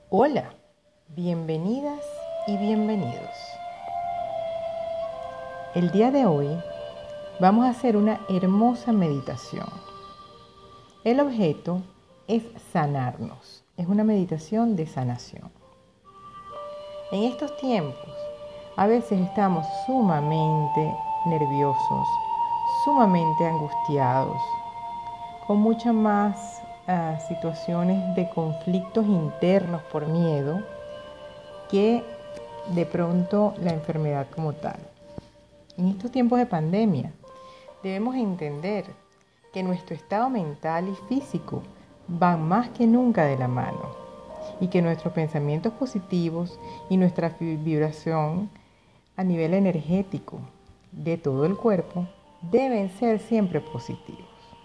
Hola, bienvenidas y bienvenidos. El día de hoy vamos a hacer una hermosa meditación. El objeto es sanarnos, es una meditación de sanación. En estos tiempos, a veces estamos sumamente nerviosos, sumamente angustiados, con muchas más situaciones de conflictos internos por miedo que de pronto la enfermedad como tal. En estos tiempos de pandemia debemos entender que nuestro estado mental y físico van más que nunca de la mano y que nuestros pensamientos positivos y nuestra vibración a nivel energético de todo el cuerpo deben ser siempre positivos.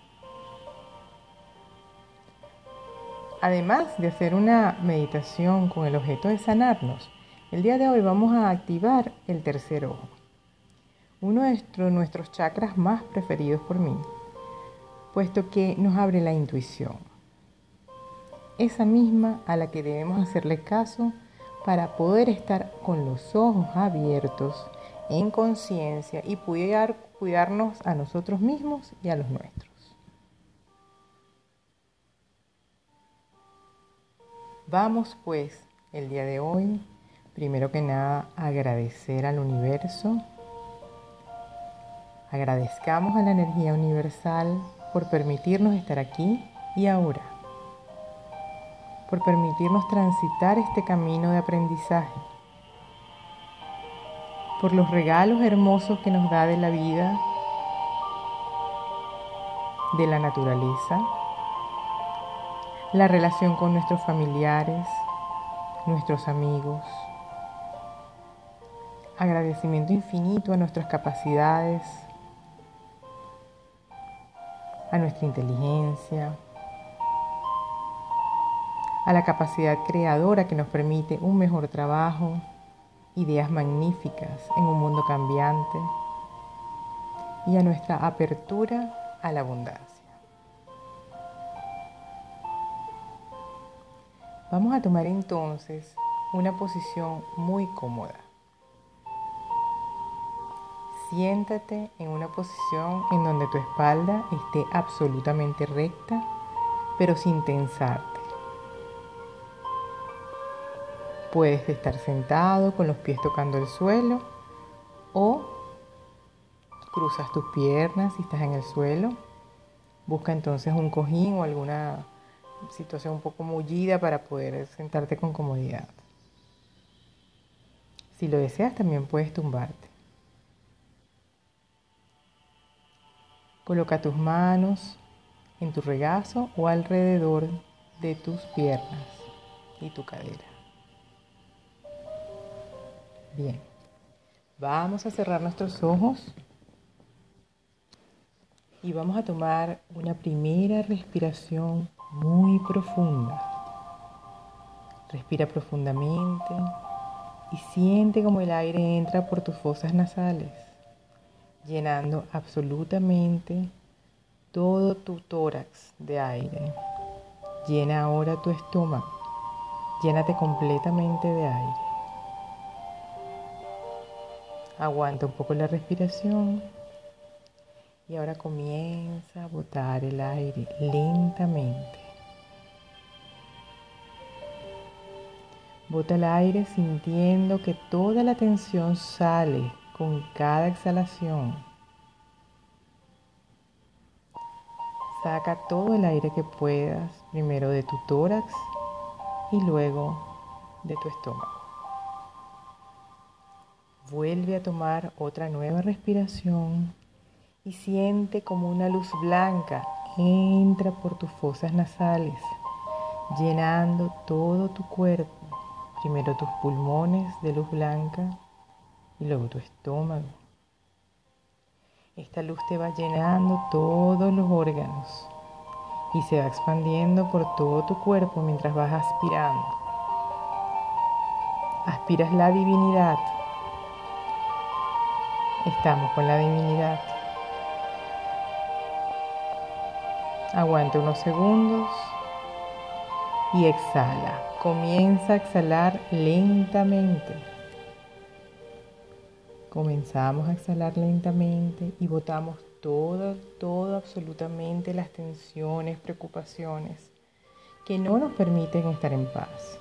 Además de hacer una meditación con el objeto de sanarnos, el día de hoy vamos a activar el tercer ojo, uno de nuestros chakras más preferidos por mí, puesto que nos abre la intuición, esa misma a la que debemos hacerle caso para poder estar con los ojos abiertos, en conciencia y cuidarnos a nosotros mismos y a los nuestros. Vamos pues el día de hoy, primero que nada, a agradecer al universo. Agradezcamos a la energía universal por permitirnos estar aquí y ahora, por permitirnos transitar este camino de aprendizaje, por los regalos hermosos que nos da de la vida, de la naturaleza, la relación con nuestros familiares, nuestros amigos. Agradecimiento infinito a nuestras capacidades, a nuestra inteligencia, a la capacidad creadora que nos permite un mejor trabajo, ideas magníficas en un mundo cambiante y a nuestra apertura a la abundancia. Vamos a tomar entonces una posición muy cómoda. Siéntate en una posición en donde tu espalda esté absolutamente recta, pero sin tensarte. Puedes estar sentado con los pies tocando el suelo o cruzas tus piernas si estás en el suelo. Busca entonces un cojín o alguna situación un poco mullida para poder sentarte con comodidad. Si lo deseas, también puedes tumbarte. Coloca tus manos en tu regazo o alrededor de tus piernas y tu cadera. Bien, vamos a cerrar nuestros ojos y vamos a tomar una primera respiración muy profunda. Respira profundamente y siente como el aire entra por tus fosas nasales, llenando absolutamente todo tu tórax de aire. Llena ahora tu estómago. Llénate completamente de aire. Aguanta un poco la respiración y ahora comienza a botar el aire lentamente. Bota el aire sintiendo que toda la tensión sale con cada exhalación. Saca todo el aire que puedas, primero de tu tórax y luego de tu estómago. Vuelve a tomar otra nueva respiración y siente como una luz blanca entra por tus fosas nasales, llenando todo tu cuerpo. Primero tus pulmones de luz blanca y luego tu estómago. Esta luz te va llenando todos los órganos y se va expandiendo por todo tu cuerpo mientras vas aspirando. Aspiras la divinidad. Estamos con la divinidad. Aguanta unos segundos y exhala. Comienza a exhalar lentamente. Comenzamos a exhalar lentamente y botamos todo, absolutamente las tensiones, preocupaciones que no nos permiten estar en paz.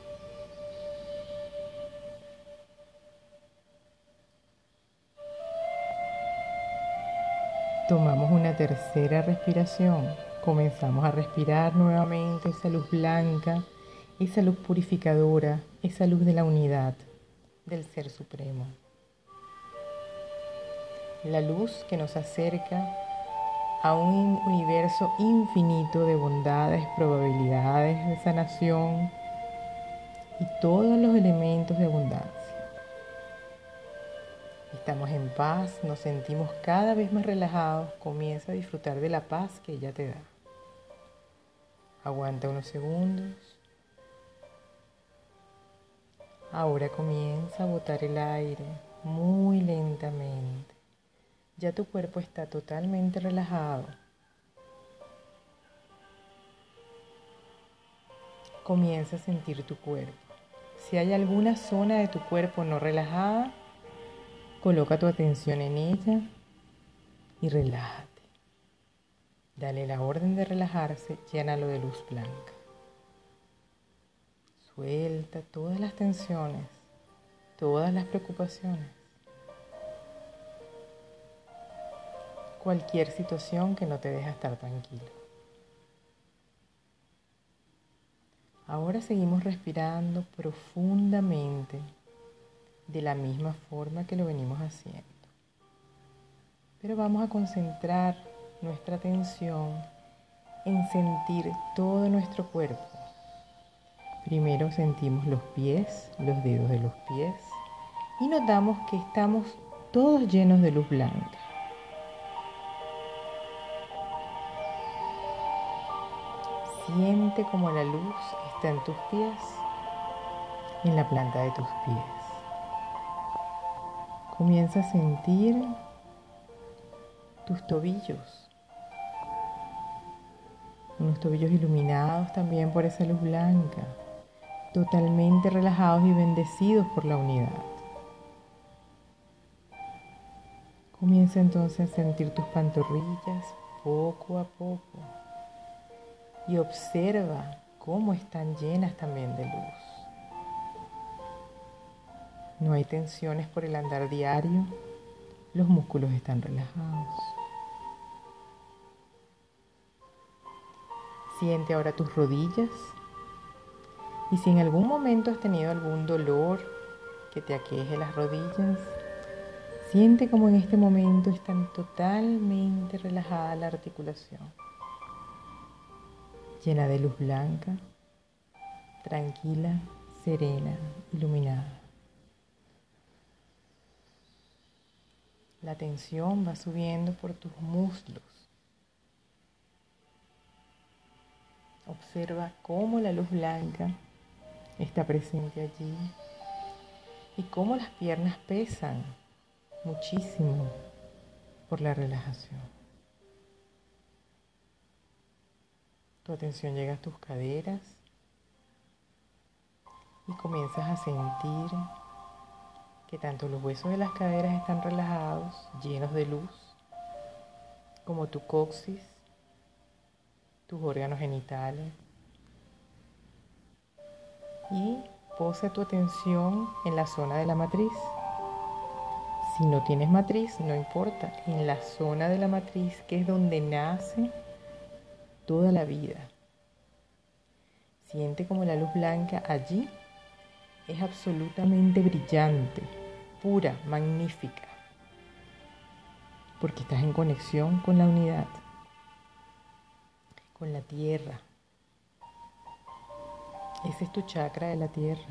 Tomamos una tercera respiración. Comenzamos a respirar nuevamente esa luz blanca, esa luz purificadora, esa luz de la unidad del Ser Supremo. La luz que nos acerca a un universo infinito de bondades, probabilidades de sanación y todos los elementos de abundancia. Estamos en paz, nos sentimos cada vez más relajados. Comienza a disfrutar de la paz que ella te da. Aguanta unos segundos. Ahora comienza a botar el aire muy lentamente. Ya tu cuerpo está totalmente relajado. Comienza a sentir tu cuerpo. Si hay alguna zona de tu cuerpo no relajada, coloca tu atención en ella y relájate. Dale la orden de relajarse, llénalo de luz blanca. Suelta todas las tensiones, todas las preocupaciones. Cualquier situación que no te deja estar tranquilo. Ahora seguimos respirando profundamente de la misma forma que lo venimos haciendo. Pero vamos a concentrar nuestra atención en sentir todo nuestro cuerpo. Primero sentimos los pies, los dedos de los pies y notamos que estamos todos llenos de luz blanca. Siente como la luz está en tus pies, en la planta de tus pies. Comienza a sentir tus tobillos, unos tobillos iluminados también por esa luz blanca, totalmente relajados y bendecidos por la unidad. Comienza entonces a sentir tus pantorrillas poco a poco y observa cómo están llenas también de luz. No hay tensiones por el andar diario, los músculos están relajados. Siente ahora tus rodillas y si en algún momento has tenido algún dolor que te aqueje las rodillas, siente como en este momento están totalmente relajada la articulación, llena de luz blanca, tranquila, serena, iluminada. La tensión va subiendo por tus muslos. Observa cómo la luz blanca está presente allí y cómo las piernas pesan muchísimo por la relajación. Tu atención llega a tus caderas y comienzas a sentir que tanto los huesos de las caderas están relajados, llenos de luz, como tu coxis, tus órganos genitales. Y posa tu atención en la zona de la matriz. Si no tienes matriz, no importa, en la zona de la matriz, que es donde nace toda la vida. Siente como la luz blanca allí es absolutamente brillante, pura, magnífica, porque estás en conexión con la unidad, con la tierra. Ese es tu chakra de la tierra.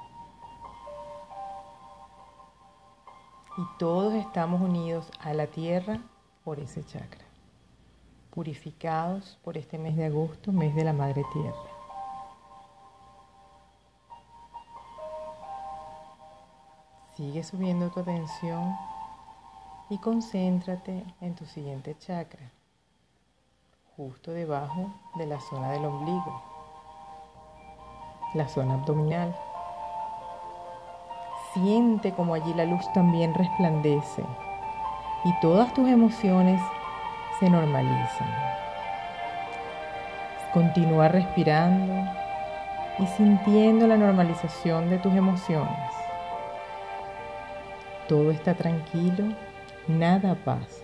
Y todos estamos unidos a la tierra por ese chakra, purificados por este mes de agosto, mes de la Madre Tierra. Sigue subiendo tu atención y concéntrate en tu siguiente chakra, justo debajo de la zona del ombligo. la zona abdominal. Siente como allí la luz también resplandece y todas tus emociones se normalizan. Continúa respirando y sintiendo la normalización de tus emociones. Todo está tranquilo, nada pasa.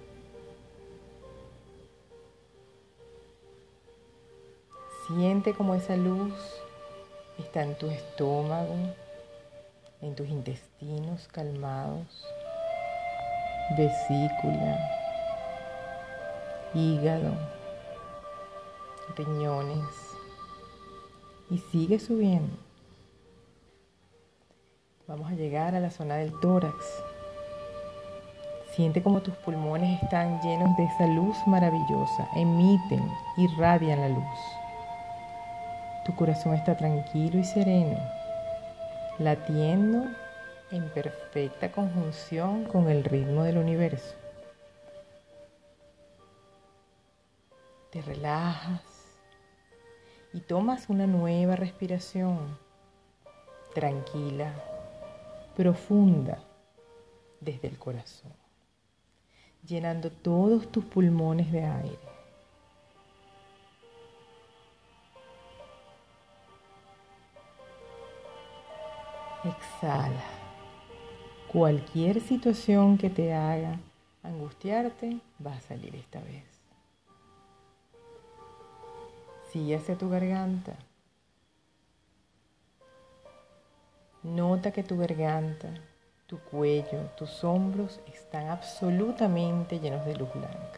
Siente como esa luz está en tu estómago, en tus intestinos calmados, vesícula, hígado, riñones, y sigue subiendo. Vamos a llegar a la zona del tórax. Siente como tus pulmones están llenos de esa luz maravillosa, emiten, irradian la luz. Tu corazón está tranquilo y sereno, latiendo en perfecta conjunción con el ritmo del universo. Te relajas y tomas una nueva respiración, tranquila, profunda, desde el corazón, llenando todos tus pulmones de aire. Exhala. Cualquier situación que te haga angustiarte va a salir esta vez. Sigue hacia tu garganta. Nota que tu garganta, tu cuello, tus hombros están absolutamente llenos de luz blanca.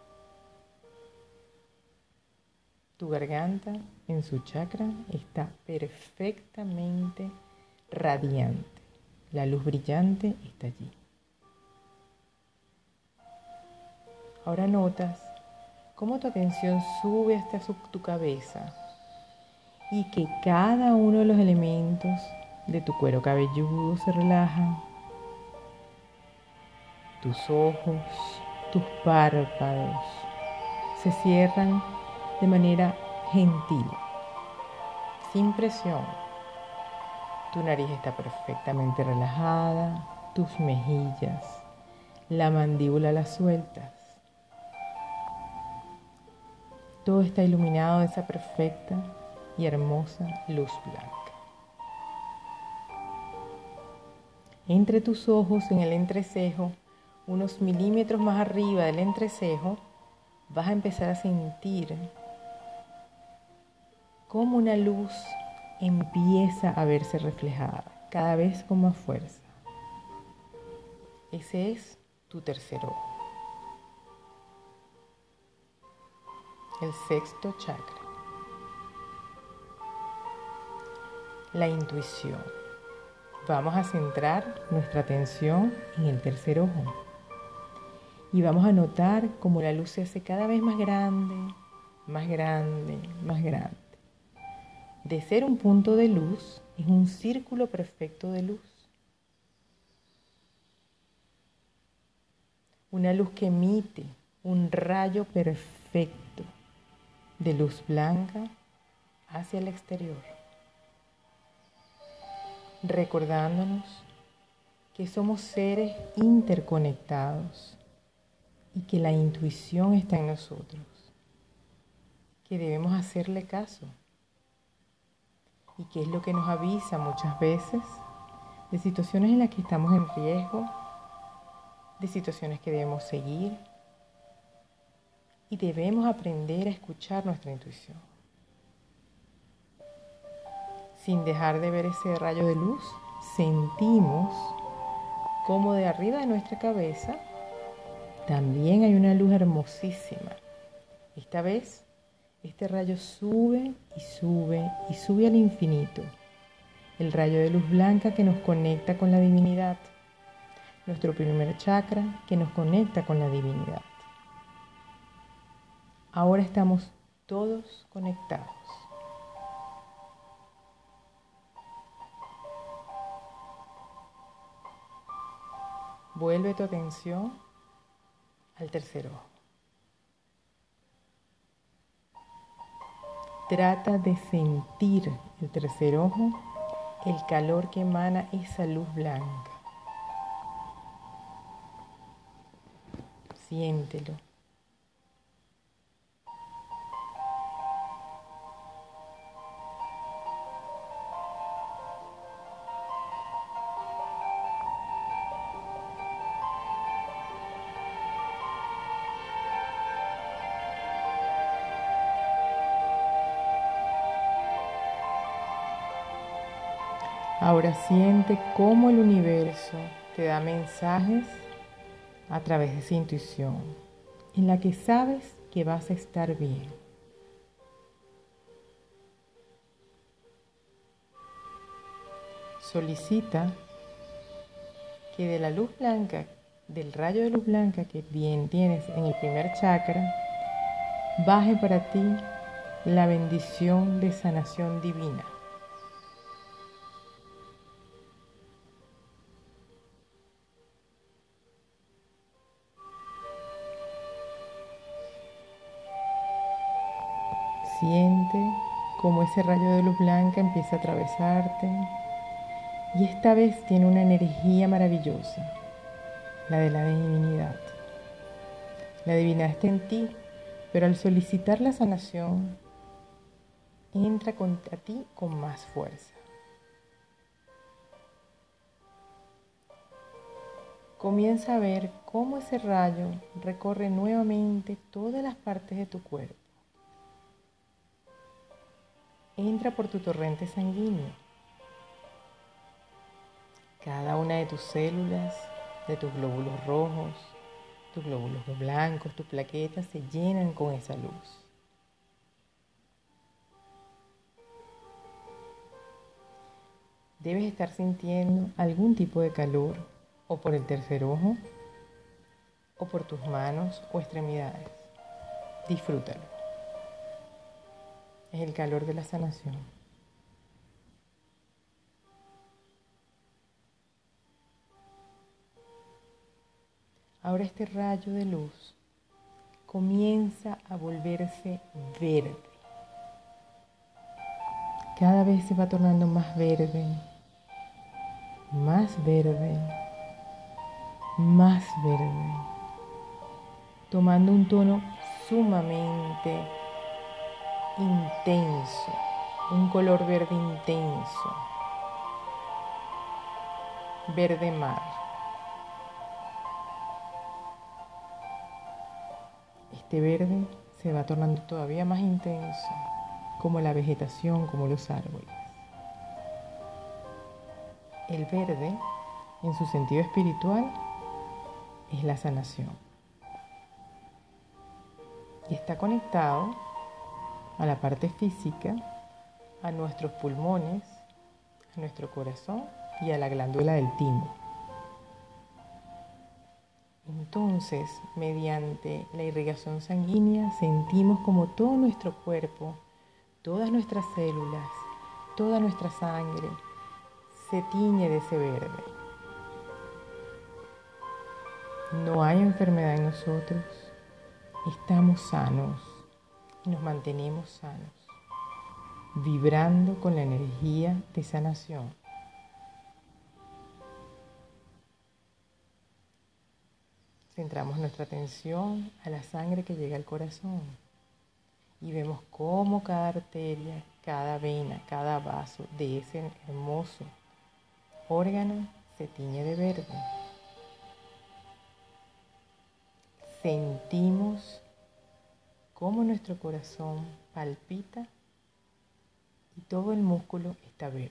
Tu garganta en su chakra está perfectamente radiante. La luz brillante está allí. Ahora notas cómo tu atención sube hasta tu cabeza y que cada uno de los elementos de tu cuero cabelludo se relajan. Tus ojos, tus párpados se cierran de manera gentil, sin presión. Tu nariz está perfectamente relajada, tus mejillas, la mandíbula la sueltas. Todo está iluminado de esa perfecta y hermosa luz blanca. Entre tus ojos, en el entrecejo, unos milímetros más arriba del entrecejo, vas a empezar a sentir cómo una luz empieza a verse reflejada, cada vez con más fuerza. Ese es tu tercer ojo. El sexto chakra. La intuición. Vamos a centrar nuestra atención en el tercer ojo. Y vamos a notar cómo la luz se hace cada vez más grande, más grande, más grande. De ser un punto de luz, es un círculo perfecto de luz. Una luz que emite un rayo perfecto de luz blanca hacia el exterior, recordándonos que somos seres interconectados y que la intuición está en nosotros, que debemos hacerle caso y que es lo que nos avisa muchas veces de situaciones en las que estamos en riesgo, de situaciones que debemos seguir, y debemos aprender a escuchar nuestra intuición. Sin dejar de ver ese rayo de luz, sentimos como de arriba de nuestra cabeza también hay una luz hermosísima. Esta vez, este rayo sube y sube y sube al infinito. El rayo de luz blanca que nos conecta con la divinidad. Nuestro primer chakra que nos conecta con la divinidad. Ahora estamos todos conectados. Vuelve tu atención al tercer ojo. trata de sentir el tercer ojo, el calor que emana esa luz blanca. Siéntelo. Ahora siente cómo el universo te da mensajes a través de esa intuición, en la que sabes que vas a estar bien. Solicita que de la luz blanca, del rayo de luz blanca que bien tienes en el primer chakra, baje para ti la bendición de sanación divina. Siente cómo ese rayo de luz blanca empieza a atravesarte y esta vez tiene una energía maravillosa, la de la divinidad. La divinidad está en ti, pero al solicitar la sanación, entra a ti con más fuerza. Comienza a ver cómo ese rayo recorre nuevamente todas las partes de tu cuerpo. Entra por tu torrente sanguíneo. Cada una de tus células, de tus glóbulos rojos, tus glóbulos blancos, tus plaquetas se llenan con esa luz. Debes estar sintiendo algún tipo de calor, o por el tercer ojo, o por tus manos o extremidades. Disfrútalo. Es el calor de la sanación. Ahora este rayo de luz comienza a volverse verde. Cada vez se va tornando más verde, más verde, más verde, tomando un tono sumamente intenso, un color verde intenso, verde mar. Este verde se va tornando todavía más intenso, como la vegetación, como los árboles. El verde, en su sentido espiritual, es la sanación. Y está conectado a la parte física, a nuestros pulmones, a nuestro corazón y a la glándula del timo. Entonces, mediante la irrigación sanguínea, sentimos como todo nuestro cuerpo, todas nuestras células, toda nuestra sangre se tiñe de ese verde. No hay enfermedad en nosotros, estamos sanos y nos mantenemos sanos, vibrando con la energía de sanación. Centramos nuestra atención a la sangre que llega al corazón y vemos cómo cada arteria, cada vena, cada vaso de ese hermoso órgano se tiñe de verde. Sentimos cómo nuestro corazón palpita y todo el músculo está verde.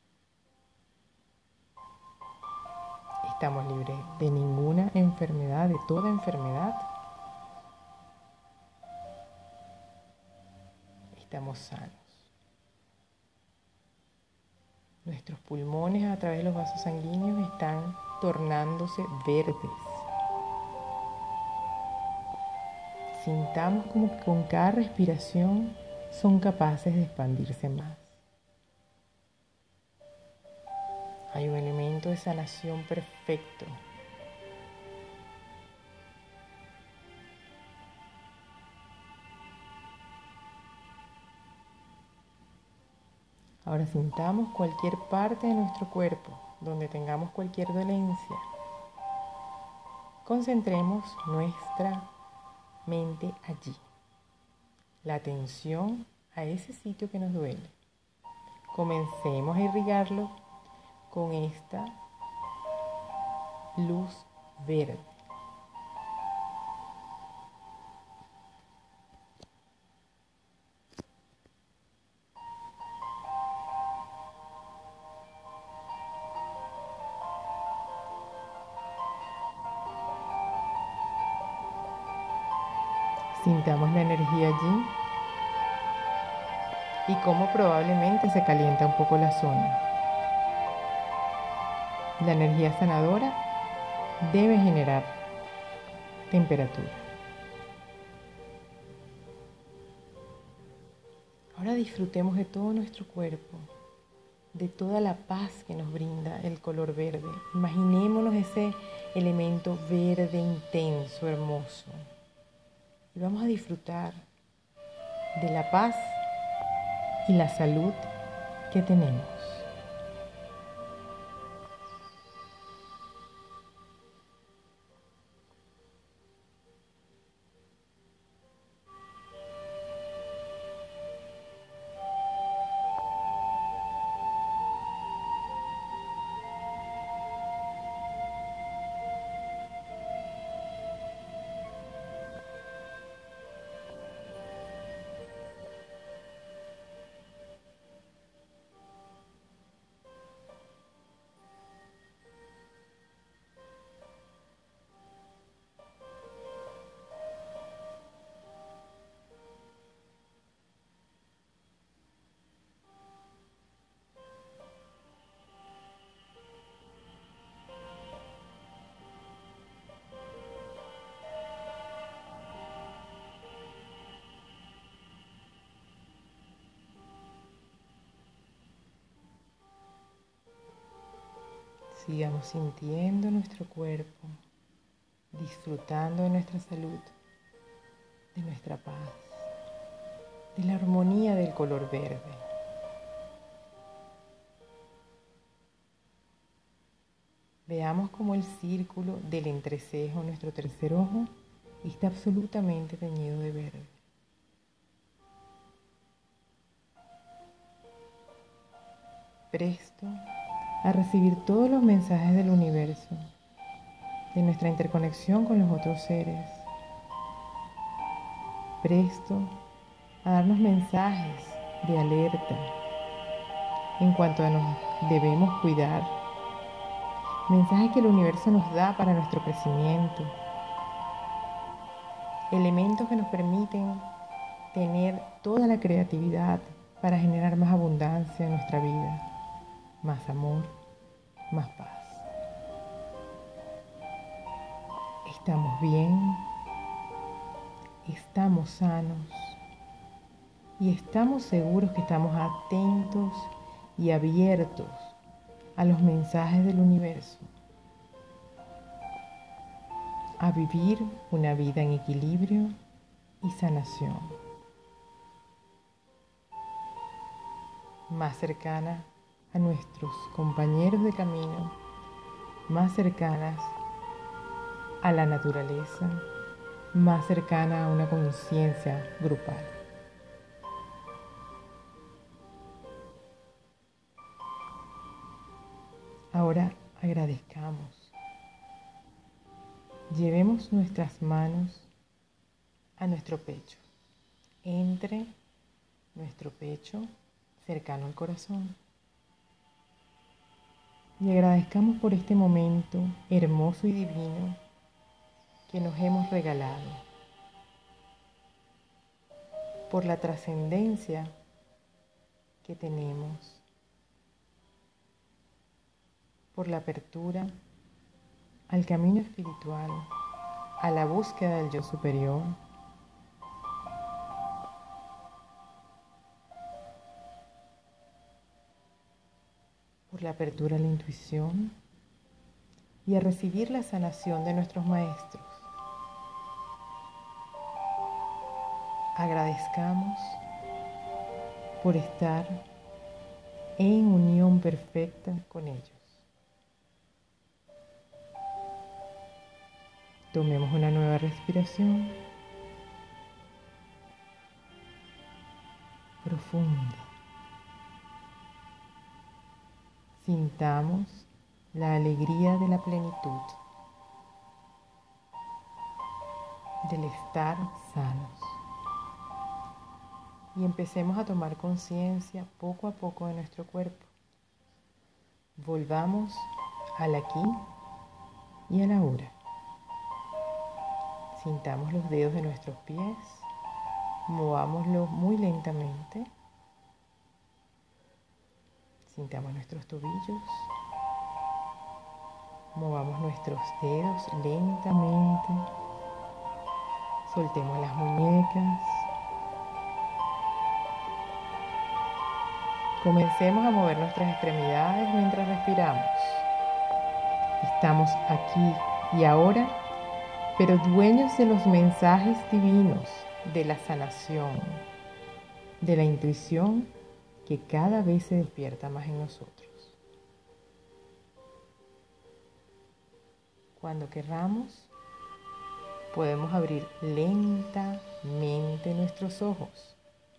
Estamos libres de ninguna enfermedad, de toda enfermedad. Estamos sanos. Nuestros pulmones a través de los vasos sanguíneos están tornándose verdes. Sintamos como que con cada respiración son capaces de expandirse más. Hay un elemento de sanación perfecto. Ahora sintamos cualquier parte de nuestro cuerpo donde tengamos cualquier dolencia. Concentremos nuestra mente allí. La atención a ese sitio que nos duele. Comencemos a irrigarlo con esta luz verde. Sintamos la energía allí y cómo probablemente se calienta un poco la zona. La energía sanadora debe generar temperatura. Ahora disfrutemos de todo nuestro cuerpo, de toda la paz que nos brinda el color verde. Imaginémonos ese elemento verde intenso, hermoso. Y vamos a disfrutar de la paz y la salud que tenemos. Sigamos sintiendo nuestro cuerpo, disfrutando de nuestra salud, de nuestra paz, de la armonía del color verde. Veamos cómo el círculo del entrecejo, nuestro tercer ojo, está absolutamente teñido de verde. Presto a recibir todos los mensajes del universo, de nuestra interconexión con los otros seres. Presto a darnos mensajes de alerta en cuanto a nos debemos cuidar. Mensajes que el universo nos da para nuestro crecimiento. Elementos que nos permiten tener toda la creatividad para generar más abundancia en nuestra vida. Más amor, más paz. Estamos bien, estamos sanos y estamos seguros que estamos atentos y abiertos a los mensajes del universo, a vivir una vida en equilibrio y sanación, más cercana a nuestros compañeros de camino, más cercanas a la naturaleza, más cercana a una conciencia grupal. Ahora agradezcamos. Llevemos nuestras manos a nuestro pecho, entre nuestro pecho, cercano al corazón. Y agradezcamos por este momento hermoso y divino que nos hemos regalado, por la trascendencia que tenemos, por la apertura al camino espiritual, a la búsqueda del yo superior, por la apertura a la intuición y a recibir la sanación de nuestros maestros. Agradezcamos por estar en unión perfecta con ellos. Tomemos una nueva respiración profunda. Sintamos la alegría de la plenitud, del estar sanos. Y empecemos a tomar conciencia poco a poco de nuestro cuerpo. Volvamos al aquí y al ahora. Sintamos los dedos de nuestros pies, movámoslos muy lentamente. Sintamos nuestros tobillos, movamos nuestros dedos lentamente, soltemos las muñecas. Comencemos a mover nuestras extremidades mientras respiramos. Estamos aquí y ahora, pero dueños de los mensajes divinos, de la sanación, de la intuición que cada vez se despierta más en nosotros. Cuando querramos, podemos abrir lentamente nuestros ojos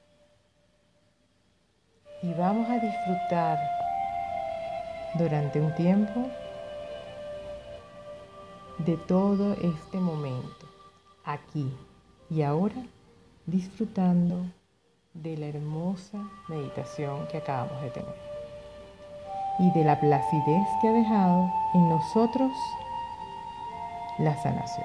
y vamos a disfrutar durante un tiempo de todo este momento, aquí y ahora, disfrutando de la hermosa meditación que acabamos de tener y de la placidez que ha dejado en nosotros la sanación.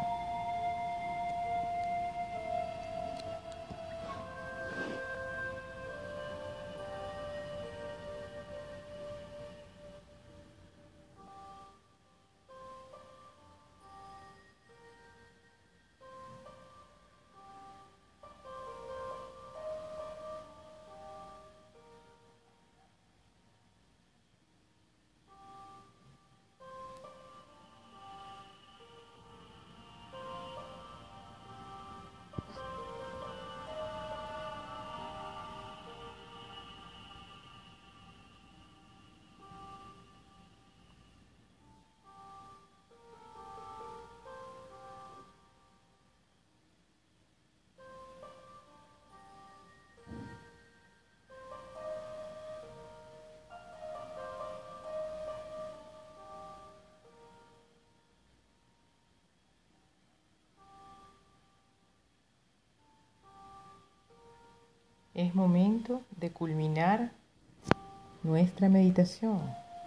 Es momento de culminar nuestra meditación.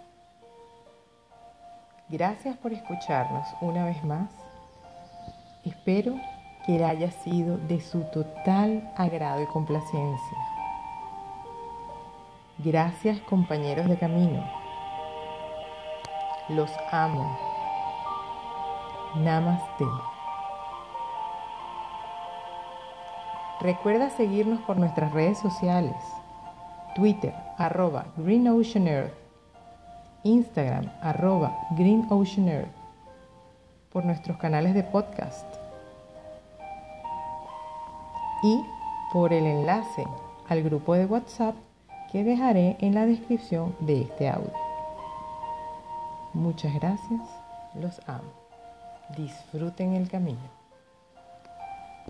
Gracias por escucharnos una vez más. Espero que haya sido de su total agrado y complacencia. Gracias, compañeros de camino. Los amo. Namaste. Recuerda seguirnos por nuestras redes sociales: Twitter, @GreenOceanEarth, Instagram, @GreenOceanEarth, por nuestros canales de podcast y por el enlace al grupo de WhatsApp que dejaré en la descripción de este audio. Muchas gracias, los amo. Disfruten el camino.